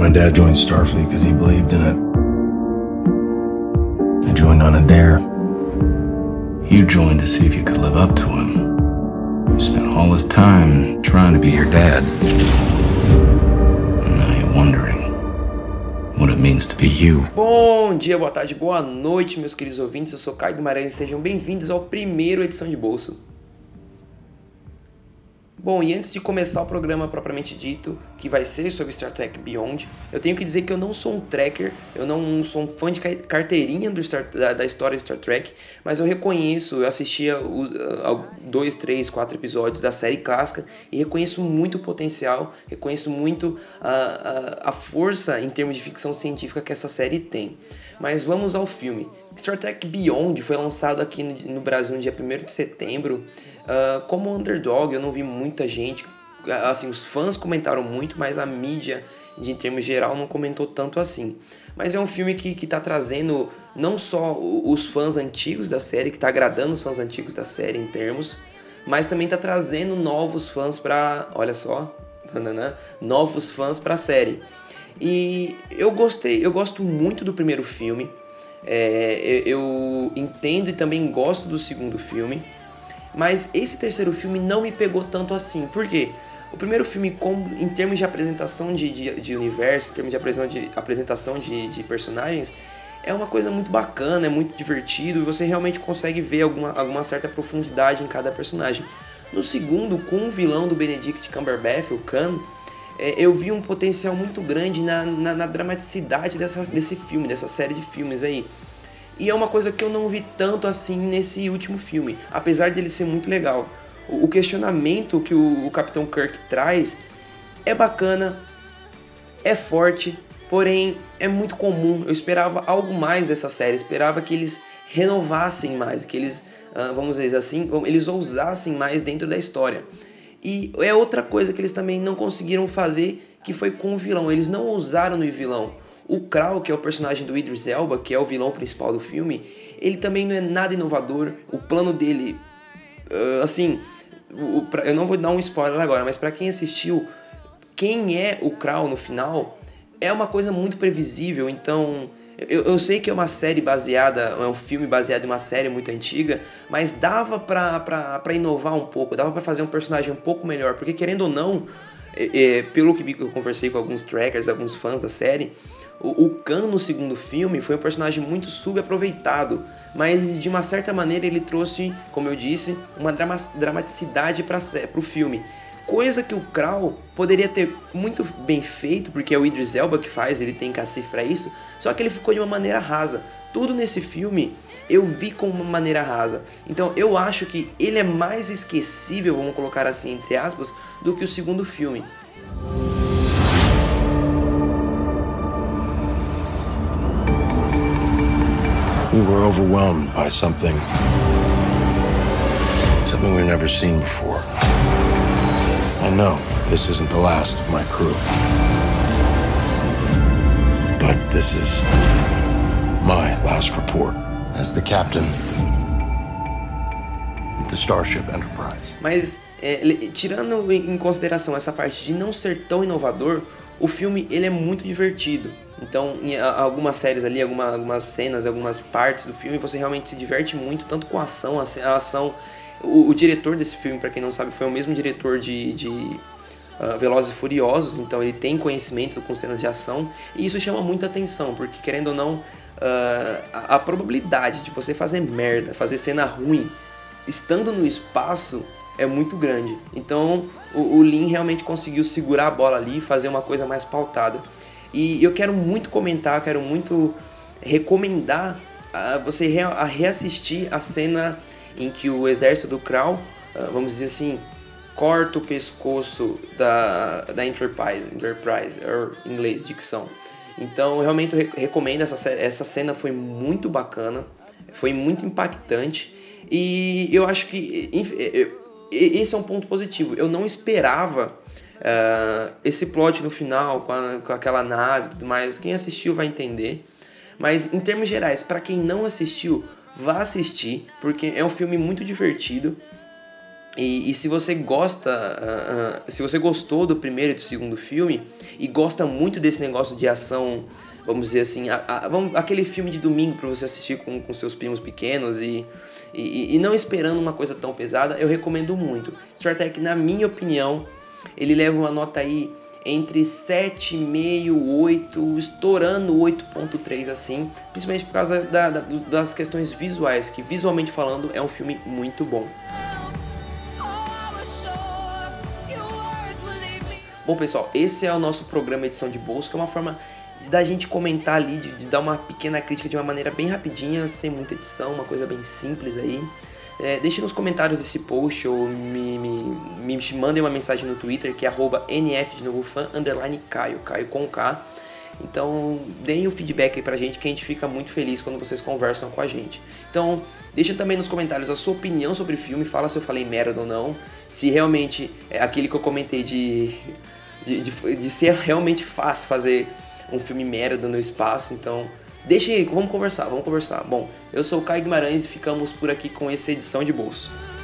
My dad joined Starfleet because he believed in it. I joined on a dare. You joined to see if you could live up to him. You spent all his time trying to be your dad. And now you're wondering what it means to be you. Bom dia, boa tarde, boa noite, meus queridos ouvintes. Eu sou Caio Guimarães e sejam bem-vindos ao primeiro Edição de Bolso. Bom, e antes de começar o programa propriamente dito, que vai ser sobre Star Trek Beyond, eu tenho que dizer que eu não sou um tracker, eu não sou um fã de carteirinha da história de Star Trek, mas eu reconheço, eu assistia 2, 3, 4 episódios da série clássica e reconheço muito o potencial, reconheço muito a força em termos de ficção científica que essa série tem. Mas vamos ao filme. Star Trek Beyond foi lançado aqui no Brasil no dia 1º de setembro. Como underdog, eu não vi muita gente, assim, os fãs comentaram muito, mas a mídia, em termos geral, não comentou tanto assim. Mas é um filme que tá trazendo não só os fãs antigos da série, que tá agradando os fãs antigos da série em termos, mas também tá trazendo novos fãs pra, olha só, novos fãs pra série. E eu gosto muito do primeiro filme, eu entendo e também gosto do segundo filme, mas esse terceiro filme não me pegou tanto assim. Por quê? O primeiro filme, em termos de apresentação de universo, em termos de apresentação de personagens, é uma coisa muito bacana, é muito divertido e você realmente consegue ver alguma certa profundidade em cada personagem. No segundo, com o vilão do Benedict Cumberbatch, o Khan, eu vi um potencial muito grande na dramaticidade desse filme, dessa série de filmes aí. E é uma coisa que eu não vi tanto assim nesse último filme, apesar dele ser muito legal. O questionamento que o Capitão Kirk traz é bacana, é forte, porém é muito comum. Eu esperava algo mais dessa série, esperava que eles renovassem mais, que eles, vamos dizer assim, eles ousassem mais dentro da história. E é outra coisa que eles também não conseguiram fazer, que foi com o vilão. Eles não ousaram no vilão. O Krall, que é o personagem do Idris Elba, que é o vilão principal do filme, ele também não é nada inovador. O plano dele, assim, eu não vou dar um spoiler agora, mas pra quem assistiu, quem é o Krall no final é uma coisa muito previsível. Então, eu sei que é uma série é um filme baseado em uma série muito antiga, mas dava pra inovar um pouco, dava pra fazer um personagem um pouco melhor, porque querendo ou não, pelo que eu conversei com alguns trackers, alguns fãs da série, o Khan no segundo filme foi um personagem muito subaproveitado, mas de uma certa maneira ele trouxe, como eu disse, uma dramaticidade para o filme. Coisa que o Krall poderia ter muito bem feito, porque é o Idris Elba que faz, ele tem cacife para isso, só que ele ficou de uma maneira rasa. Tudo nesse filme eu vi com uma maneira rasa. Então eu acho que ele é mais esquecível, vamos colocar assim entre aspas, do que o segundo filme. We were overwhelmed by something we've never seen before. I know this isn't the last of my crew, but this is my last report as the captain of the Starship Enterprise. Mas, tirando em consideração essa parte de não ser tão inovador, o filme ele é muito divertido. Então, em algumas séries ali, algumas cenas, algumas partes do filme, você realmente se diverte muito, tanto com a ação. A ação, o diretor desse filme, para quem não sabe, foi o mesmo diretor de Velozes e Furiosos, então ele tem conhecimento com cenas de ação, e isso chama muita atenção, porque querendo ou não, a probabilidade de você fazer merda, fazer cena ruim, estando no espaço, é muito grande. Então o Lin realmente conseguiu segurar a bola ali e fazer uma coisa mais pautada. E eu quero muito comentar, quero muito recomendar você a reassistir a cena em que o exército do Krall, vamos dizer assim, corta o pescoço da Enterprise, em inglês, dicção. Então realmente eu recomendo essa cena, foi muito bacana, foi muito impactante. E eu acho que esse é um ponto positivo. Eu não esperava esse plot no final, com aquela nave e tudo mais. Quem assistiu vai entender. Mas em termos gerais, para quem não assistiu, vá assistir, porque é um filme muito divertido. E se você gosta, se você gostou do primeiro e do segundo filme e gosta muito desse negócio de ação, vamos dizer assim, aquele filme de domingo para você assistir com seus primos pequenos e não esperando uma coisa tão pesada, eu recomendo muito. Star Trek, na minha opinião, ele leva uma nota aí entre 7,5, 8, estourando 8,3 assim, principalmente por causa das questões visuais, que visualmente falando é um filme muito bom. Bom, pessoal, esse é o nosso programa Edição de Bolso, que é uma forma da gente comentar ali, de dar uma pequena crítica de uma maneira bem rapidinha, sem muita edição, uma coisa bem simples aí. Deixe nos comentários esse post ou me mandem uma mensagem no Twitter, que é @nf_Caio com K. Então, deem o feedback aí pra gente, que a gente fica muito feliz quando vocês conversam com a gente. Então, deixa também nos comentários a sua opinião sobre o filme, fala se eu falei merda ou não, se realmente é aquele que eu comentei de ser realmente fácil fazer um filme merda no espaço. Então, deixa aí, vamos conversar. Bom, eu sou o Caio Guimarães e ficamos por aqui com essa edição de bolso.